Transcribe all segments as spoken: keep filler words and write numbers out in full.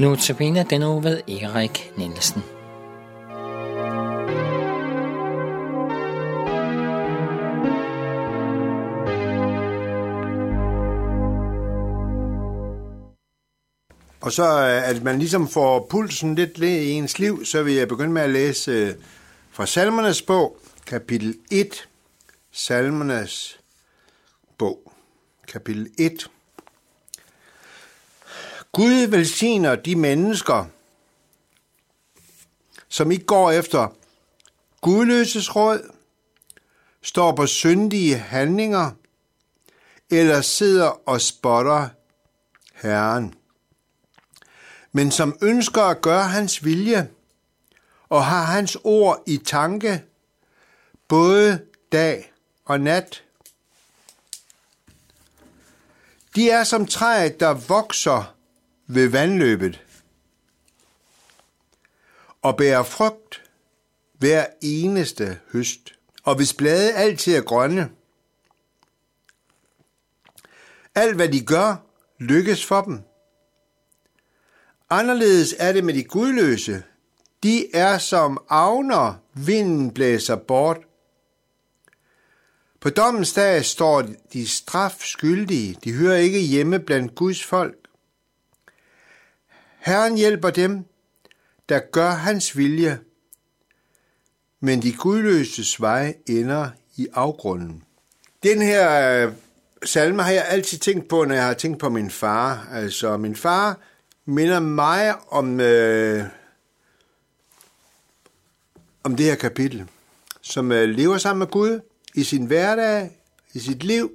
Notabene den uge ved Erik Nielsen. Og så at man ligesom får pulsen lidt i ens liv, så vil jeg begynde med at læse fra Salmernes bog, kapitel et. Salmernes bog, kapitel et. Gud velsigner de mennesker, som ikke går efter gudløses råd, står på syndige handlinger, eller sidder og spotter Herren, men som ønsker at gøre hans vilje, og har hans ord i tanke, både dag og nat. De er som træet, der vokser ved vandløbet, og bærer frugt hver eneste høst, og hvis blade altid er grønne. Alt hvad de gør, lykkes for dem. Anderledes er det med de gudløse. De er som avner, vinden blæser bort. På dommens dag står de strafskyldige. De hører ikke hjemme blandt Guds folk. Herren hjælper dem, der gør hans vilje, men de gudløses vej ender i afgrunden. Den her salme har jeg altid tænkt på, når jeg har tænkt på min far. Altså, min far minder mig om, øh, om det her kapitel, som øh, lever sammen med Gud i sin hverdag, i sit liv,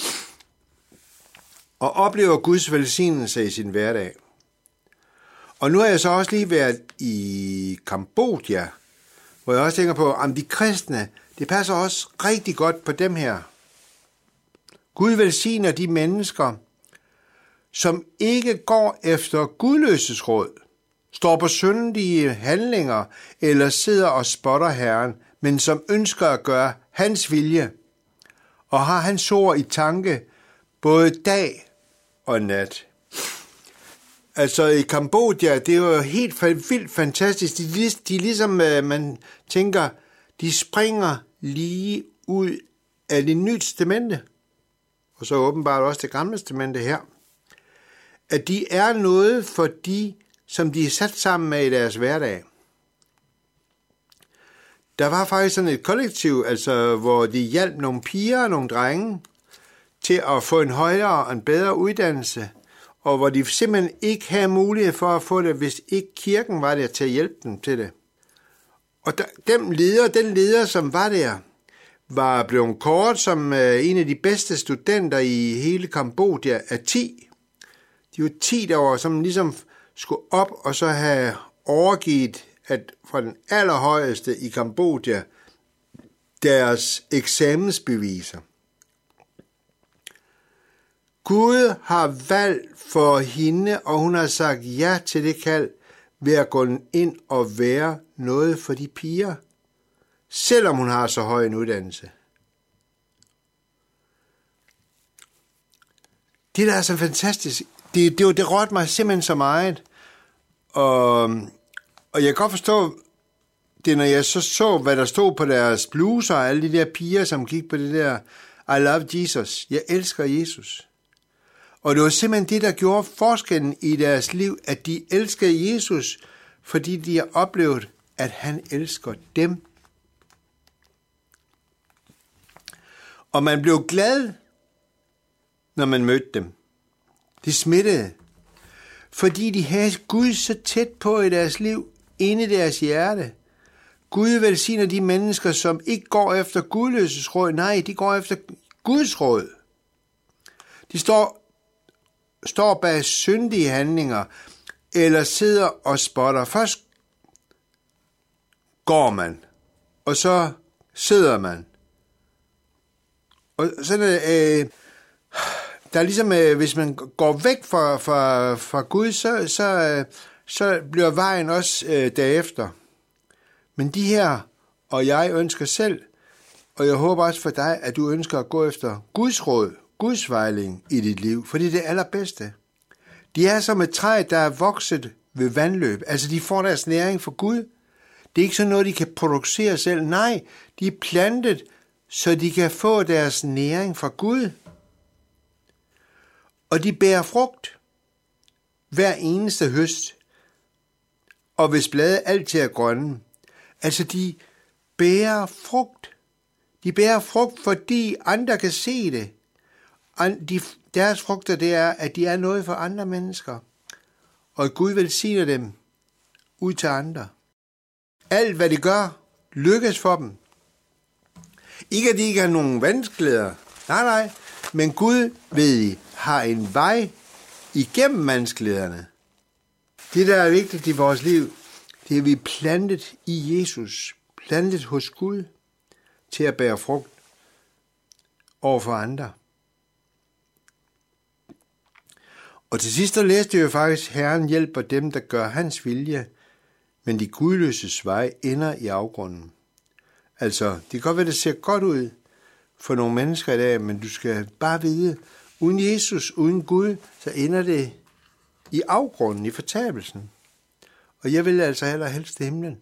og oplever Guds velsignelse i sin hverdag. Og nu har jeg så også lige været i Kambodja, hvor jeg også tænker på, om de kristne, det passer også rigtig godt på dem her. Gud velsigner de mennesker, som ikke går efter gudløses råd, står på syndige handlinger eller sidder og spotter Herren, men som ønsker at gøre hans vilje og har hans ord i tanke både dag og nat. Altså i Kambodja, det er jo helt vildt fantastisk. De, de er ligesom, man tænker, de springer lige ud af det nye testamente, og så åbenbart også det gamle testamente her, at de er noget for de, som de er sat sammen med i deres hverdag. Der var faktisk sådan et kollektiv, altså, hvor de hjalp nogle piger og nogle drenge til at få en højere og en bedre uddannelse, og hvor de simpelthen ikke havde mulighed for at få det, hvis ikke kirken var der til at hjælpe dem til det. Og der, dem leder, den leder, som var der, var blevet kåret som uh, en af de bedste studenter i hele Kambodja af ti. De var ti derovre, som ligesom skulle op og så have overgivet at fra den allerhøjeste i Kambodja deres eksamensbeviser. Gud har valgt for hende, og hun har sagt ja til det kald ved at gå ind og være noget for de piger, selvom hun har så høj en uddannelse. Det der er så fantastisk. Det, det, det rørte mig simpelthen så meget. Og, og jeg kan godt forstå det, når jeg så så, hvad der stod på deres bluser, og alle de der piger, som gik på det der, I love Jesus. Jeg elsker Jesus. Og det var simpelthen det, der gjorde forskellen i deres liv, at de elskede Jesus, fordi de har oplevet, at han elsker dem. Og man blev glad, når man mødte dem. Det smittede, fordi de havde Gud så tæt på i deres liv, inde i deres hjerte. Gud velsigner de mennesker, som ikke går efter gudløses råd. Nej, de går efter Guds råd. De står, står bag syndige handlinger, eller sidder og spotter. Først går man, og så sidder man. Og sådan øh, der er ligesom, øh, hvis man går væk fra, fra, fra Gud, så, så, øh, så bliver vejen også øh, derefter. Men de her, og jeg ønsker selv, og jeg håber også for dig, at du ønsker at gå efter Guds råd, Guds vejledning i dit liv, for det er det allerbedste. De er som et træ, der er vokset ved vandløb. Altså, de får deres næring fra Gud. Det er ikke sådan noget, de kan producere selv. Nej, de er plantet, så de kan få deres næring fra Gud. Og de bærer frugt hver eneste høst. Og hvis blade altid er grønne. Altså, de bærer frugt. De bærer frugt, fordi andre kan se det. De, deres frugter, det er, at de er noget for andre mennesker. Og Gud velsigner dem ud til andre. Alt, hvad de gør, lykkes for dem. Ikke, at de ikke har nogen vanskeligheder. Nej, nej. Men Gud, ved I, har en vej igennem vanskelighederne. Det, der er vigtigt i vores liv, det er, at vi er plantet i Jesus. Plantet hos Gud til at bære frugt over for andre. Og til sidst der læste jeg jo faktisk, Herren hjælper dem, der gør hans vilje, men de gudløses vej ender i afgrunden. Altså, det kan godt være, det ser godt ud for nogle mennesker i dag, men du skal bare vide, uden Jesus, uden Gud, så ender det i afgrunden, i fortabelsen. Og jeg vil altså heller helst til himlen.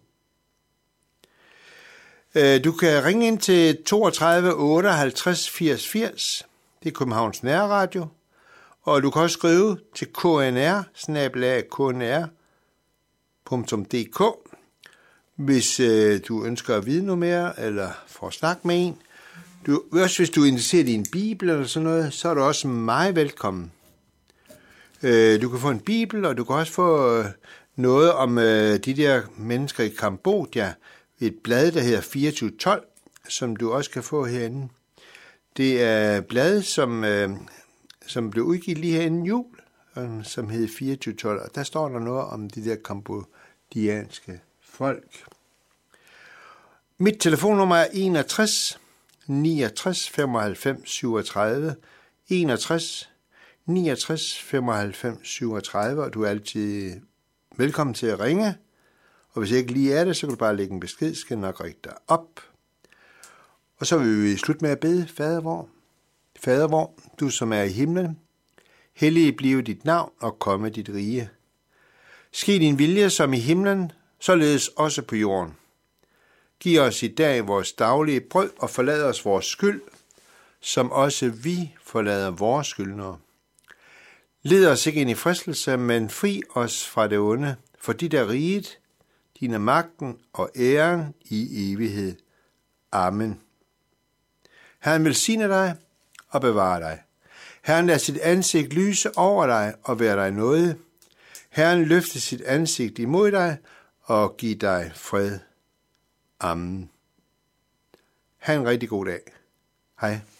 Du kan ringe ind til toogtredive otteoghalvtreds firs firs. Det er Københavns Nærradio. Og du kan også skrive til k n r bindestreg k n r punktum d k, hvis øh, du ønsker at vide noget mere, eller får snak med en. Du, også hvis du er interesseret i en bibel eller sådan noget, så er du også meget velkommen. Øh, du kan få en bibel, og du kan også få øh, noget om øh, de der mennesker i Kambodja, et blad, der hedder fireogtyve tolv, som du også kan få herinde. Det er et blad, som... Øh, som blev udgivet lige her inden jul, som hed fireogtyve tolv, og der står der noget om de der kambodjanske folk. Mit telefonnummer er enogtres niogtres femoghalvfems syvogtredive, enogtres niogtres femoghalvfems syvogtredive, og du er altid velkommen til at ringe, og hvis jeg ikke lige er det, så kan du bare lægge en besked, skal jeg nok række dig op. Og så vil vi slutte med at bede, Fader vor. Fader vor, du som er i himlen, hellige blive dit navn og komme dit rige. Ske din vilje som i himlen, således også på jorden. Giv os i dag vores daglige brød og forlad os vores skyld, som også vi forlader vores skyldnere. Led os ikke ind i fristelse, men fri os fra det onde, for dit er riget, din er magten og æren i evighed. Amen. Herren velsigne dig og bevare dig. Herren lader sit ansigt lyse over dig og være dig nåde. Herren løfte sit ansigt imod dig og give dig fred. Amen. Ha' en rigtig god dag. Hej.